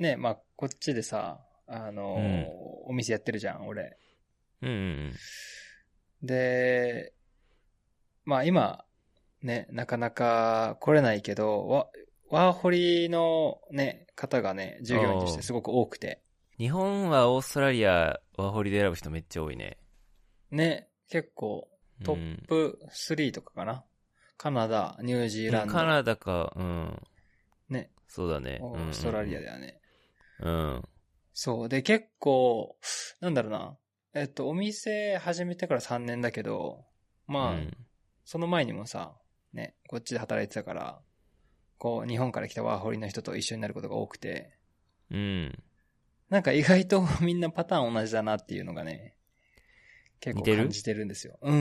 ね、まあ、こっちでさ、お店やってるじゃん、俺。 うんうんで、まあ今、ね、なかなか来れないけど、ワーホリのね、方がね、 うん。 従業員としてすごく多くて。 日本はオーストラリアワーホリで選ぶ人めっちゃ多いね。 ね、結構トッうん。 プ3とかかな。カナダ、ニュージーうん、 ランド、 カナダか、うん。 ね、 そうだね。うんオーストラリアだよね。 うんうん。うん。 そう。で、結構、なんだろうな。お店始めてから3年だけど、まあ、 うん。 その前にもさ、ね、こっちで働いてたから、こう、日本から来たワーホリの人と一緒になることが多くて、 うん。 なんか意外とみんなパターン同じだなっていうのがね、結似てる？ 構感じてるんですよ。うん。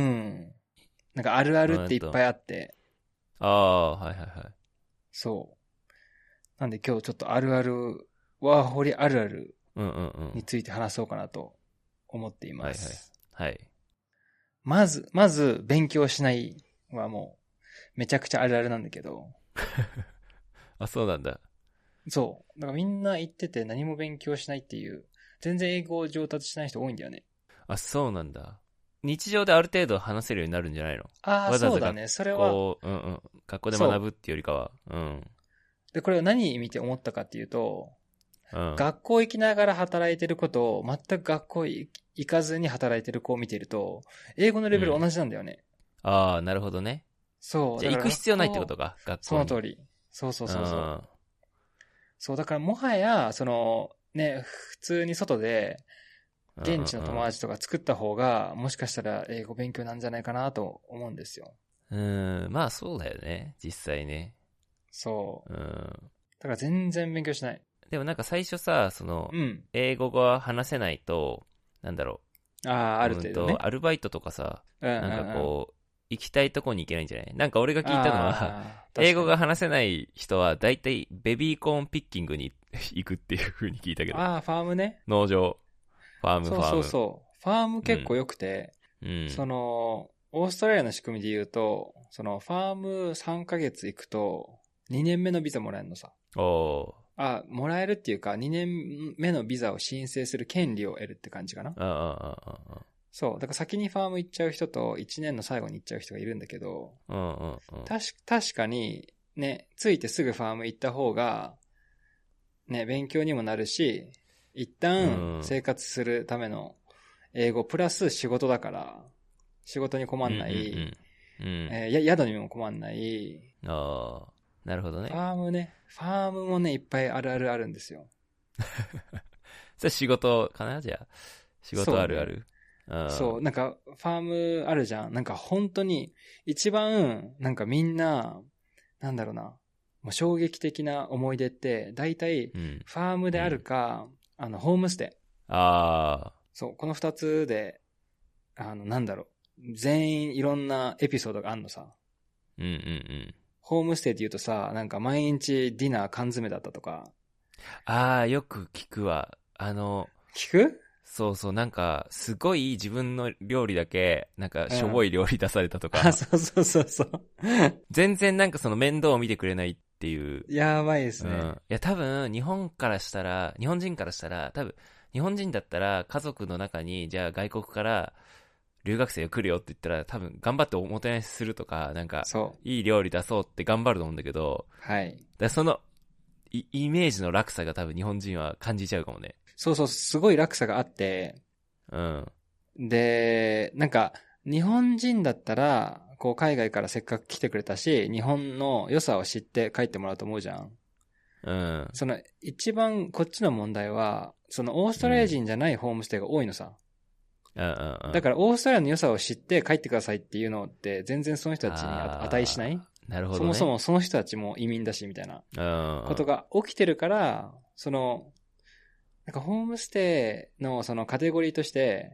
なんかあるあるっていっぱいあって、 ああ、はいはいはい。 そう。なんで今日ちょっとあるある、ワーホリあるあるうんうんうん。 について話そうかなと思っていはいはい。 ます。 はい。 まず、勉強しないはもう、めちゃくちゃあるあるなんだけど、 あ、そうなんだ。 そう。だからみんな言ってて何も勉強しないっていう、全然英語を上達しない人多いんだよね。 あ、そうなんだ。日常である程度話せるようになるんじゃないの？ ああ、 わざわざ学そうだね。それは、 校、うんうん。学校で学そぶっていうよりかは。うん。 う。で、これを何見て思ったかっていうと、 うん。 学校行きながら働いてることを全く学校行かずに働いてる子を見てると、英語のレベルうん。 同じなんだよね。 ああ、なるほどね。 そう。 じゃあだから行く必要ないってこ学校、 とか、学校に。 その通り。そうそううん。 そうそう。 あそう、だからもはや、ね、普通に外で、 うん現地の友うん達とか作った方が、もしかしたら英語勉強なんじゃないかなと思うんですよ。 うん。うん。まあそうだよね。実際ね。 そう。 うん。 だから全然勉強しない。 でもなんか最初さ、 うん。 英語が話せないと、なんだろああ、ある程度ね。 アルバイトとかさ、 うんうんなんかうん。 こう、行きたいとこに行けないんじゃない？なんか俺が聞いたのは、 ああ、 英語が確かに。 話せない人は大体ベビーコーンピッキングに行くっていう風に聞いたけど。 ああ、ファームね。 農場、 そうファーム。 そうそう。ファームうん。 結構良くて、 うん。 オーストラリアの仕組みで言うと、ファーム3ヶ月行くと、2年目のビザもらえるのさ。 おー。 もらえるっていうか、2年目のビザを申請する権利を得るって感じかな。 ああ、ああ、あそう。だから先にファーム行っちゃう人と、1年の最後に行っちゃう人がいるんだけど、 あ、うんうんうん。 確かに、ね、ついてすぐファーム行った方が、ね、勉強にもなるし、一う旦ん。 生活するための英語プラス仕事だから、仕事に困うんうんない、 んうん。うん。 宿にも困んない、 ああ、なるほどフね。 ァームね、ファームもね、いっぱいあるあるあるんですよ。 それ仕事かな？じゃあ。仕事そうね。 あるある。うん。 そう、なんか、ファームあるじゃん。なんか本当に、一番、なんかみんな、なんだろうな、もう衝撃的な思い出って、大体、 うん。 ファームであるうん。 か、ホームステイ。 ああ、 そう、この二つで、なんだろう、全員いろんなエピソードがあんのさ。 うんうんうん。 ホームステイって言うとさ、なんか毎日ディナー缶詰だったとか、 ああ、よく聞くわ。 聞く？ そうそう、なんか、すごい自分の料理だけ、なんか、しょぼうん。 い料理出されたとあ、 か、 そうそうそうそう。 全然なんかその面倒を見てくれないっていう。 やばいですうん。 ね。 いや、多分、日本人からしたら、多分、日本人だったら、家族の中に、じゃあ外国から留学生が来るよって言ったら、多分、頑張っておもてなしするとか、なんか、 そう。 いい料理出そうって頑張ると思うんだけど、 はい。 そのイメージの落差が多分日本人は感じちゃうかもね。 そうそう、すごい落差があって、 うん。 で、なんか、日本人だったら、こう海外からせっかく来てくれたし、日本の良さを知って帰ってもらうと思うじゃん。 うん。 一番こっちの問題は、オーストラリアうん。 人じゃないホームステイが多いのさ。 うんうんうん。 だからオーストラリアの良さを知って帰ってくださいっていうのって全然その人たちに値しない。 あー、なるほそもそどね。 もその人たちも移民だしみたいなうん。 ことが起きてるから、なんかホームステイのそのカテゴリーとして、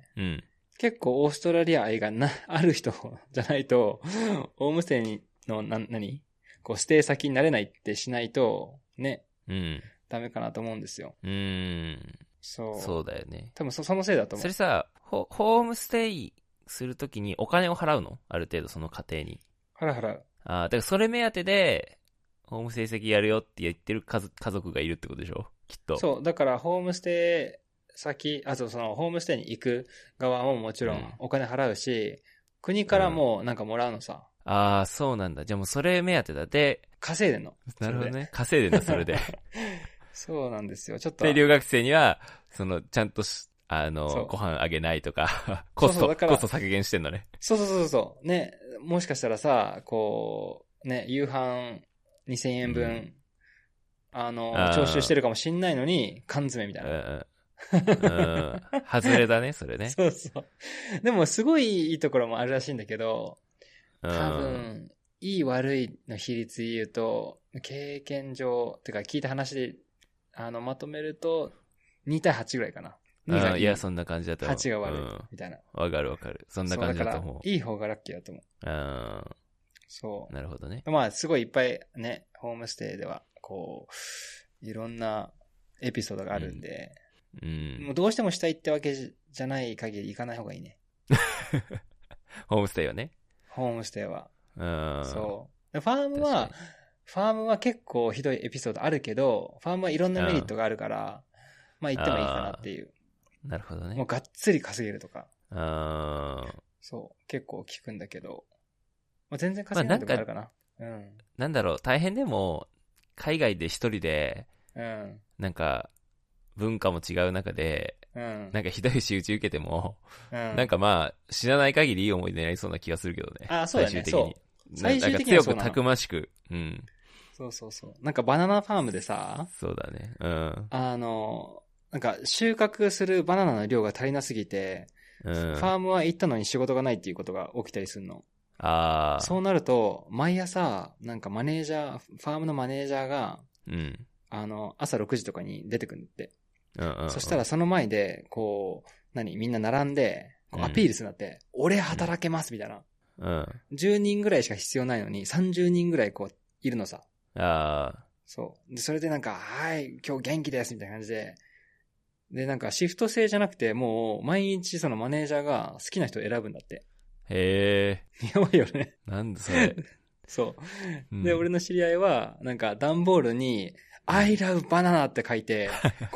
うん。 結構オーストラリア愛がある人じゃないと、ホームステイの、何こう、ステイ先になれないってしないと、ね、 うん。 ダメかなと思うんですよ。 うーん。そうそう。 だよね。 多分そのせいだと思う。 それさ、ホームステイするときにお金を払うの？ある程度その家庭に。 ハラハラ。 ああ、だからそれ目当てで、ホーム成績やるよって言ってる家族がいるってことでしょ？ きっと。 そう、だからホームステイ先、あとそのホームステイに行く側ももちろんお金払うし、国からもなんかもらうのさ。 ああ、そうなんだ。じゃあもうそれ目当てだ。で、 稼いでんの。 なるほどね。稼いでんだ、それで。 そうなんですよ。ちょっと。 で、留学生には、ちゃんとそうご飯あげないとか、コスト削減してんのね。 そう。ね、もしかしたらさ、こう、ね、夕飯2000円分、徴収してるかもしんないのに、缶詰みたいな。 外れだね、それね。 そう。でも、すごいいいところもあるらしいんだけど、多分、いい悪いの比率言うと、経験上、てか聞いた話で、まとめると、2対8ぐらいかな。2がいい。 いや、そんな感じだと思う。 8が悪い、みたいな。 わかる。そんな感じだと思う。 いい方がラッキーだと思う。そう。 なるほどね。 まあ、すごいいっぱいね、ホームステイでは、こう、いろんなエピソードがあるんで、もうどうしてもしたいってわけじゃない限り行かない方がいいね。 ホームステイはね。 ホームステイは。そう。ファームは結構ひどいエピソードあるけど、ファームはいろんなメリットがあるから、まあ行ってもいいかなっていう。 なるほどね。 もうがっつり稼げるとか。 あそう。結構聞くんだけど。まあ、全然稼げないとこあるかな。うん。 なんだろう、大変でも、海外で一人で、 うん。 なんか、文化も違う中で、 うん。 なんかひどい仕打ち受けても、 うん、 なんかまあ、死なない限りいい思い出になりそうな気がするけどね。 あ、そうだね。 最終的に。 最終的になんか強くたくましく。うん。 そう。なんかバナナファームでさ、 そうだね。うん。 なんか収穫するバナナの量が足りなすぎて、ファームは行ったのに仕事がないっていうことが起きたりするの。そうなると、毎朝、なんかファームのマネージャーが、朝6時とかに出てくるんって。そしたらその前で、こう、みんな並んで、こうアピールするんだって、俺働けますみたいな。10人ぐらいしか必要ないのに、30人ぐらいこう、いるのさ。そう。で、それでなんか、はい、今日元気ですみたいな感じで、で、なんかシフト制じゃなくて、もう、毎日そのマネージャーが好きな人を選ぶんだって。 へえ。やばいよね。 なんでそれ。 そう。で、俺の知り合いは、なんか段ボールに、I love banana って書いて、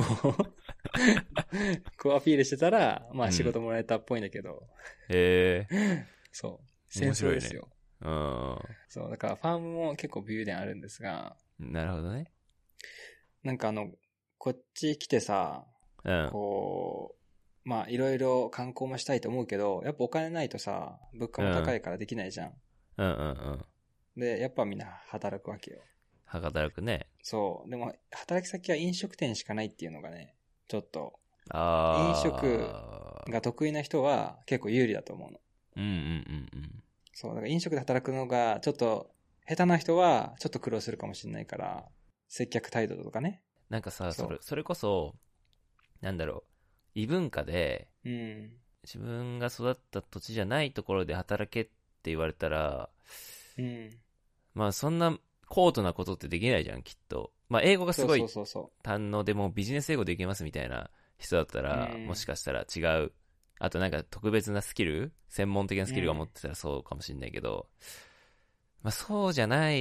こうアピールしてたら、まあ仕事もらえたっぽいんだけど。 へそう。戦争ですよ。 面白いね。 そう。だからファームも結構武勇伝あるんですが。 なるほどね。 なんかこっち来てさ、こう、まあいろいろ観光もしたいと思うけど、やっぱお金ないとさ、物価も高いからできないじゃん。で、やっぱみんな働くわけよ。 働くね。 そう。でも、働き先は飲食店しかないっていうのがね、ちょっと、飲食が得意な人は結構有利だと思うの。そう。だから飲食で働くのがちょっと下手な人はちょっと苦労するかもしれないから、接客態度とかね。 なんかさ、それこそ、なんだろう、異文化で、自分が育った土地じゃないところで働けって言われたら、まあそんな高度なことってできないじゃん、きっと。まあ英語がすごい堪能でもビジネス英語できますみたいな人だったら、もしかしたら違う。あとなんか特別なスキル、専門的なスキルが持ってたらそうかもしれないけど、まあそうじゃない、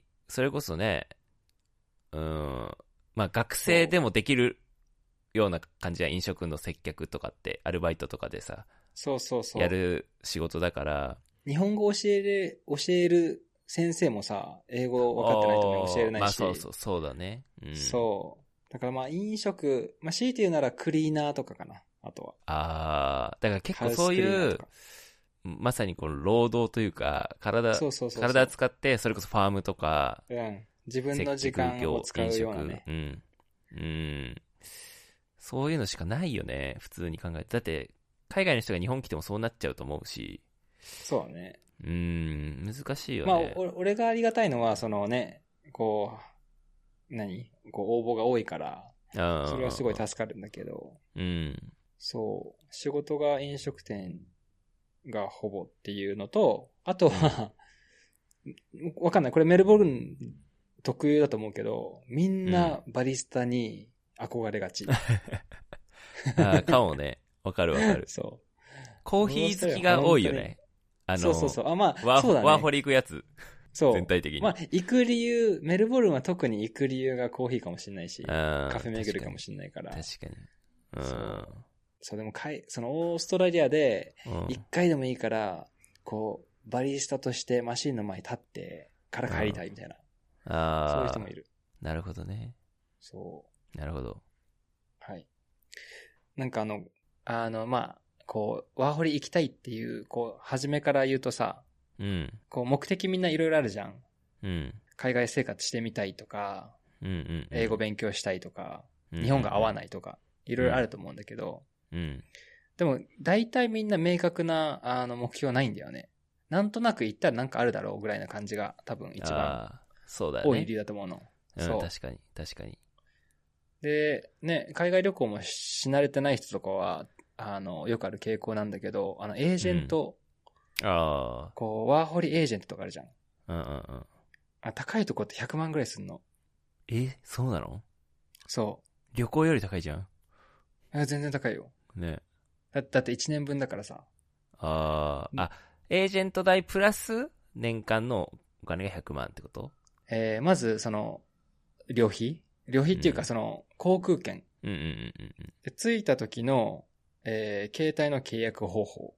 それこそね、まあ学生でもできるような感じは飲食の接客とかってアルバイトとかでさ、やる仕事だから。 日本語教える先生もさ、英語分かってないと教えれないし。 まあそうだね。 そう。だからまあ飲食、まあ強いて言うならクリーナーとかかな、あとは。 だから結構そういう、まさにこの労働というか、体使って、それこそファームとか、 自分の時間を使うようなね。 そういうのしかないよね、普通に考えて。だって、海外の人が日本来てもそうなっちゃうと思うし。 そうね。 難しいよね。まあ、俺がありがたいのは、そのね、こう、応募が多いから、それはすごい助かるんだけど、そう、仕事が飲食店がほぼっていうのと、あとは、わかんない。これメルボルン特有だと思うけど、みんなバリスタに憧れがち。 かもね。わかる。 そう。 コーヒー好きが多いよね。 そう。まあ、 ワーホリ行くやつ。 そう。 全体的に。 まあ、行く理由、メルボルンは特に行く理由がコーヒーかもしれないし、カフェ巡りかもしれないから。 確かに。 そう、でもそのオーストラリアで、一回でもいいから、こう、バリスタとしてマシンの前に立ってから帰りたいみたいな。そういう人もいる。 なるほどね。 そう。 なるほど。 はい。なんかまあ、こう、ワーホリ行きたいっていう、こう、初めから言うとさ、 うん。 こう、目的みんないろいろあるじゃん。 うん。 海外生活してみたいとか、 うんうんうん、 英語勉強したいとか、日本が合わないとか、いろいろあると思うんだけど、 うん。 でも、大体みんな明確な、目標ないんだよね。なんとなく行ったらなんかあるだろうぐらいな感じが多分一番多い理由だと思うの。 そう、確かに、確かに。 で、ね、海外旅行もし慣れてない人とかは、よくある傾向なんだけど、エージェント、こう、ワーホリエージェントとかあるじゃん。高いとこって100万ぐらいすんの。 そうなの？ そう。 旅行より高いじゃん。 全然高いよ。 ね。 だって1年分だからさ。 エージェント代プラス年間のお金が100万ってこと？ まず、旅費っていうか、航空券。で、着いた時の、携帯の契約方法。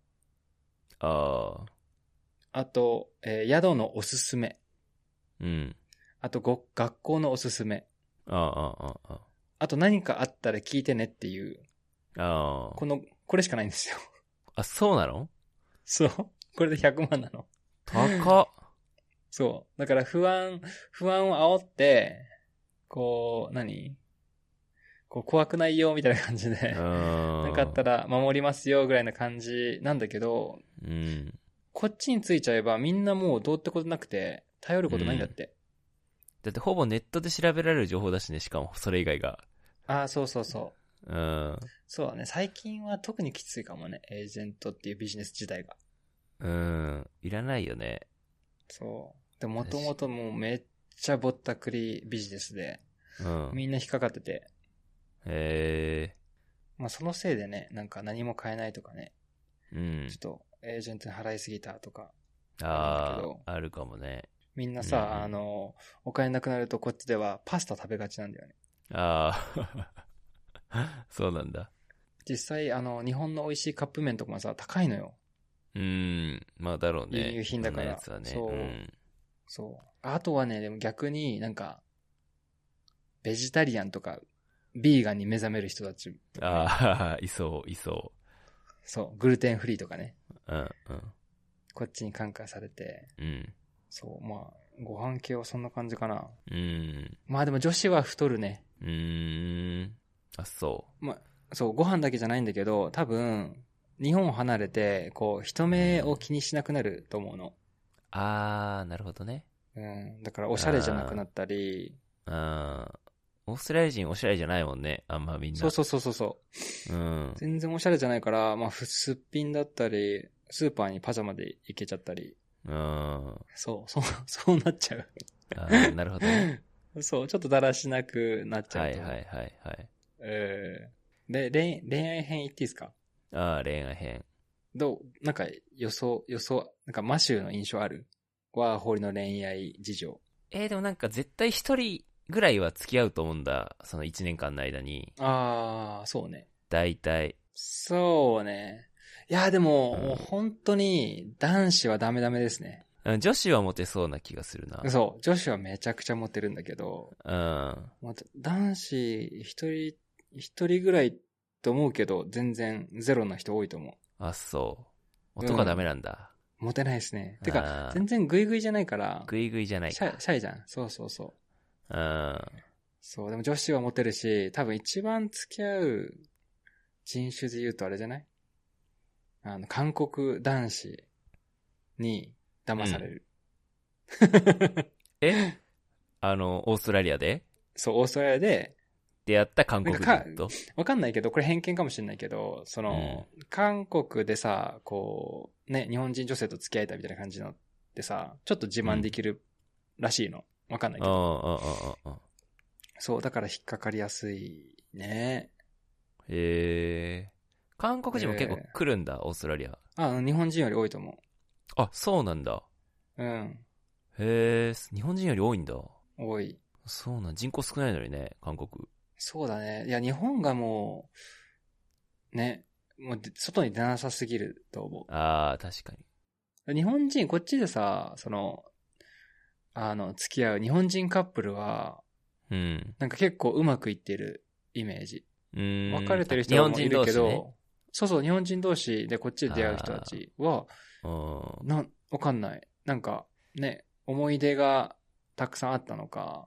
あと、宿のおすすめ。あと、学校のおすすめ。あと何かあったら聞いてねっていう。これしかないんですよ。 そうなの？ そう。これで100万なの。 高っ。 そう。だから不安を煽って、こう、こう怖くないよみたいな感じで、なんかあったら守りますよぐらいな感じなんだけど、こっちに着いちゃえばみんなもうどうってことなくて、頼ることないんだって。 だってほぼネットで調べられる情報だしね、しかもそれ以外が。 そうそうそう。そうだね。最近は特にきついかもね。エージェントっていうビジネス自体が。 いらないよね。 そう。でもともともうめっちゃぼったくりビジネスで、みんな引っかかってて。まあそのせいでね、なんか何も買えないとかね。ちょっとエージェントに払いすぎたとか。 あるかもね。 みんなさ、お金なくなるとこっちではパスタ食べがちなんだよね。 そうなんだ。 実際、日本の美味しいカップ麺とかもさ、高いのよ。 まあだろうね。 輸入品だから。 そんなやつはね。 そう。そう。あとはね、でも逆になんか、ベジタリアンとか、ビーガンに目覚める人たち、ね。 いそう。 そう。グルテンフリーとかね。こっちに感化されて。そう。まあ、ご飯系はそんな感じかな。まあでも女子は太るね。 そう。 まあ、そう、ご飯だけじゃないんだけど、多分、日本を離れて、こう、人目を気にしなくなると思うの。 なるほどね。 だからおしゃれじゃなくなったり。 オーストラリア人おしゃれじゃないもんね、あんまみんな。 そう。全然おしゃれじゃないから、まあ、すっぴんだったり、スーパーにパジャマで行けちゃったり。そうなっちゃう。 なるほどね。 そう、ちょっとだらしなくなっちゃうと。 はい。 で、恋愛編言っていいですか？ 恋愛編。 なんか予想、なんかマシューの印象ある？ワーホリの恋愛事情。 でもなんか絶対一人ぐらいは付き合うと思うんだ。その1年間の間に。 そうね。 大体。 そうね。いや、でも、もう本当に男子はダメですね。 女子はモテそうな気がするな。 そう。女子はめちゃくちゃモテるんだけど。男子一人ぐらいと思うけど、全然ゼロな人多いと思う。 そう。男はダメなんだ。 モテないですね。てか、全然グイグイじゃないから。 グイグイじゃないか。 シャイじゃん。そう。そう、でも女子はモテるし、多分一番付き合う人種で言うとあれじゃない？韓国男子に騙される。 オーストラリアで？ そう、オーストラリアで出会った韓国人と。 わかんないけど、これ偏見かもしれないけど、韓国でさ、こう、ね、日本人女性と付き合えたみたいな感じのってさ、ちょっと自慢できるらしいの。わかんないけど。そう、だから引っかかりやすいね。 韓国人も結構来るんだ、オーストラリア。 日本人より多いと思う。 そうなんだ。 へえ、日本人より多いんだ。 多い。 そうなん、人口少ないのにね、韓国。 そうだね。いや、日本がもう、ね、もう外に出なさすぎると思う。 ああ、確かに。日本人、こっちでさ、付き合う日本人カップルは、 うん。 なんか結構うまくいってるイメージ。別れてる日本人もいる人同士ね。 けど、そうそう、日本人同士でこっちで出会う人たちは、わかんない。なんか、ね、思い出がたくさんあったのか、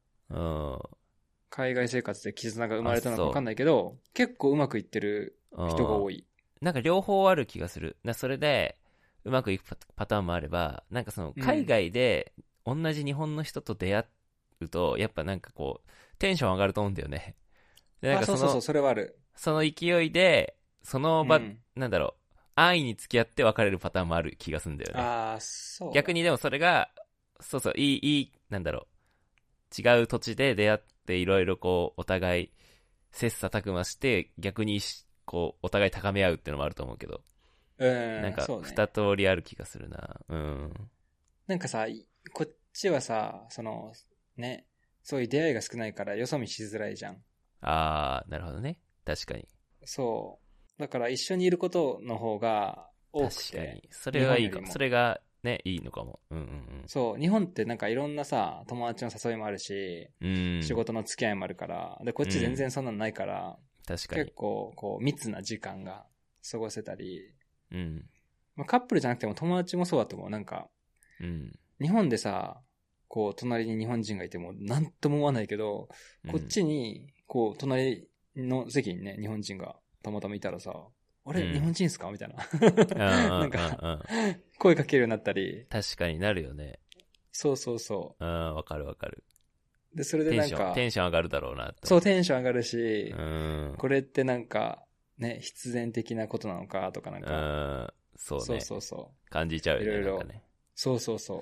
海外生活で絆が生まれたのかわかんないけど、結構うまくいってる人が多い。 なんか両方ある気がする。それで、うまくいくパターンもあれば、なんかその、海外で同じ日本の人と出会うと、やっぱなんかこう、テンション上がると思うんだよね。でなんかそう、それはある。 その勢いで、その場、なんだろう、安易に付き合って別れるパターンもある気がするんだよね。 そう。 逆にでもそれが、いい、なんだろう、違う土地で出会っていろいろこう、お互い、切磋琢磨して、逆にこう、お互い高め合うっていうのもあると思うけど。なんか、二通りある気がするな。 なんかさ、こっちはさ、ね、そういう出会いが少ないからよそ見しづらいじゃん。 あー、なるほどね。確かに。 そう。だから一緒にいることの方が多くて。 確かに。それはいいかも。それがね、いいのかも。 そう。日本ってなんかいろんなさ、友達の誘いもあるし、仕事の付き合いもあるから、で、こっち全然そんなのないから、 確かに。 結構、こう、密な時間が過ごせたり、まあ、カップルじゃなくても友達もそうだと思う。なんか、日本でさ、こう、隣に日本人がいても何とも思わないけど、こっちに、こう、隣の席にね、日本人がたまたまいたらさ、あれ、日本人っすかみたいな。なんか、声かけるようになったり。 確かになるよね。 そうそうそう。 わかるわかる。 で、それでなんか、 テンション上がるだろうなって。 そう、テンション上がるし、これってなんか、ね、必然的なことなのかとかなんか。 そうね。 そう。 感じちゃうよね。 いろいろ。 なんかね、 そう。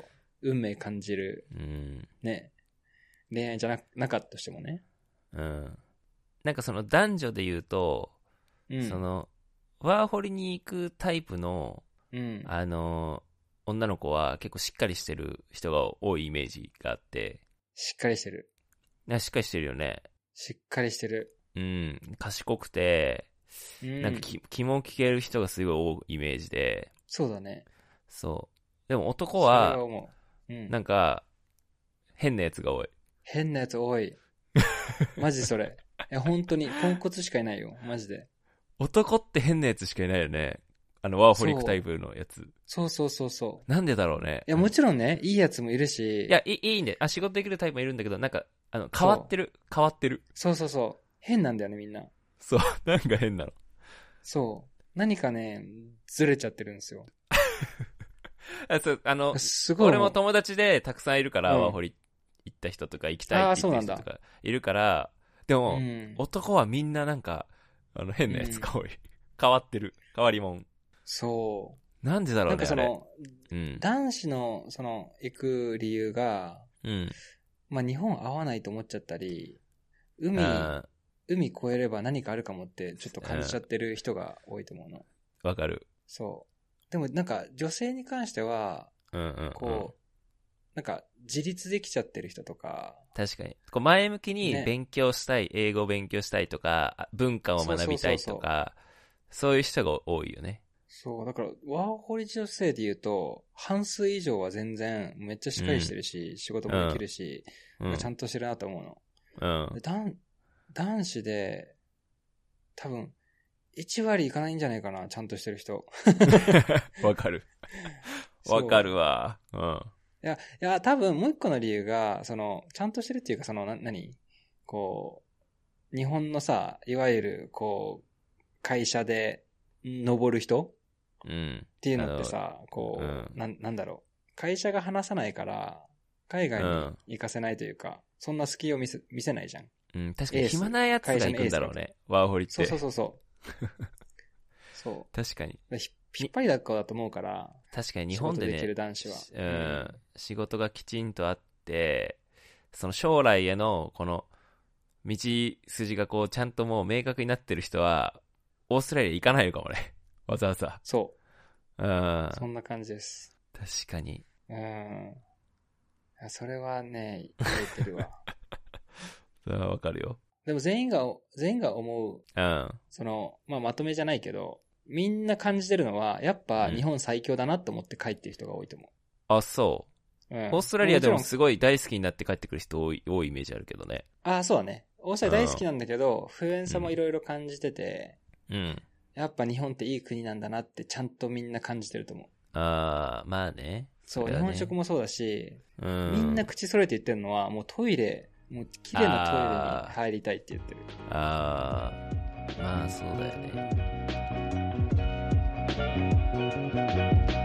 運命感じる。ね。恋愛じゃなかったとしてもね。 なんかその男女で言うと、その、ワーホリに行くタイプの、女の子は結構しっかりしてる人が多いイメージがあって。 しっかりしてる。 しっかりしてるよね。 しっかりしてる。 賢くて、なんか気も利ける人がすごい多いイメージで。 そうだね。 そう。でも男は、なんか、変なやつが多い。 変なやつ多い。マジそれ。本当に、ポンコツしかいないよ。マジで。 男って変なやつしかいないよね。ワーホリックタイプのやつ。 そう。 なんでだろうね。 いや、もちろんね、いいやつもいるし。 いや、いいんで。仕事できるタイプもいるんだけど、なんか、変わってる。 そう。変なんだよね、みんな。 そう、なんか変なの。 そう。何かね、ずれちゃってるんですよ。すごい。 俺も友達でたくさんいるから、ワーホリ行った人とか行きたいって言った人とかいるから、でも、男はみんななんか、変なやつが多い。変わってる。変わりもん。 そう。 なんでだろうね。 なんか男子の、行く理由が、まあ日本合わないと思っちゃったり、海越えれば何かあるかもってちょっと感じちゃってる人が多いと思うの。 わかる。 そう。でもなんか女性に関しては、こう、なんか自立できちゃってる人とか。 確かに。こう前向きに勉強したい、英語を勉強したいとか、文化を学びたいとか、そういう人が多いよね。 そう、だから、ワーホリ女性で言うと、半数以上は全然めっちゃしっかりしてるし、仕事もできるし、ちゃんとしてるなと思うの。男子で、多分、1割いかないんじゃないかな、ちゃんとしてる人。 わかる。わかるわ。 いや、多分もう一個の理由が、ちゃんとしてるっていうか、こう、日本のさ、いわゆる、こう、会社で登る人っていうのってさ、こう、なんだろう。会社が話さないから、海外に行かせないというか、そんな隙を見せないじゃん。 確かに暇なやつが行くんだろうね。ワーホリって。 そう。そう。 確かに。 引っ張りだこだと思うから。 確かに日本でね、 仕事できる男子は。 仕事がきちんとあって、その将来へのこの道筋がこうちゃんともう明確になってる人は、オーストラリア行かないのかもね。わざわざ。 そう。そんな感じです。 確かに。 それはね、言われてるわ。 それはわかるよ。 でも全員が思う、 うん。 まとめじゃないけど、みんな感じてるのは、やっぱ日本最強だなと思って帰ってる人が多いと思う。 あ、そう。オーストラリアでもすごい大好きになって帰ってくる人多いイメージあるけどね。 そうだね。オーストラリア大好きなんだけど、不便さもいろいろ感じてて、やっぱ日本っていい国なんだなってちゃんとみんな感じてると思う。 まあね。 そう、日本食もそうだし、みんな口揃えて言ってるのは、もうトイレ、もう綺麗なトイレに入りたいって言ってる。 まあそうだよね。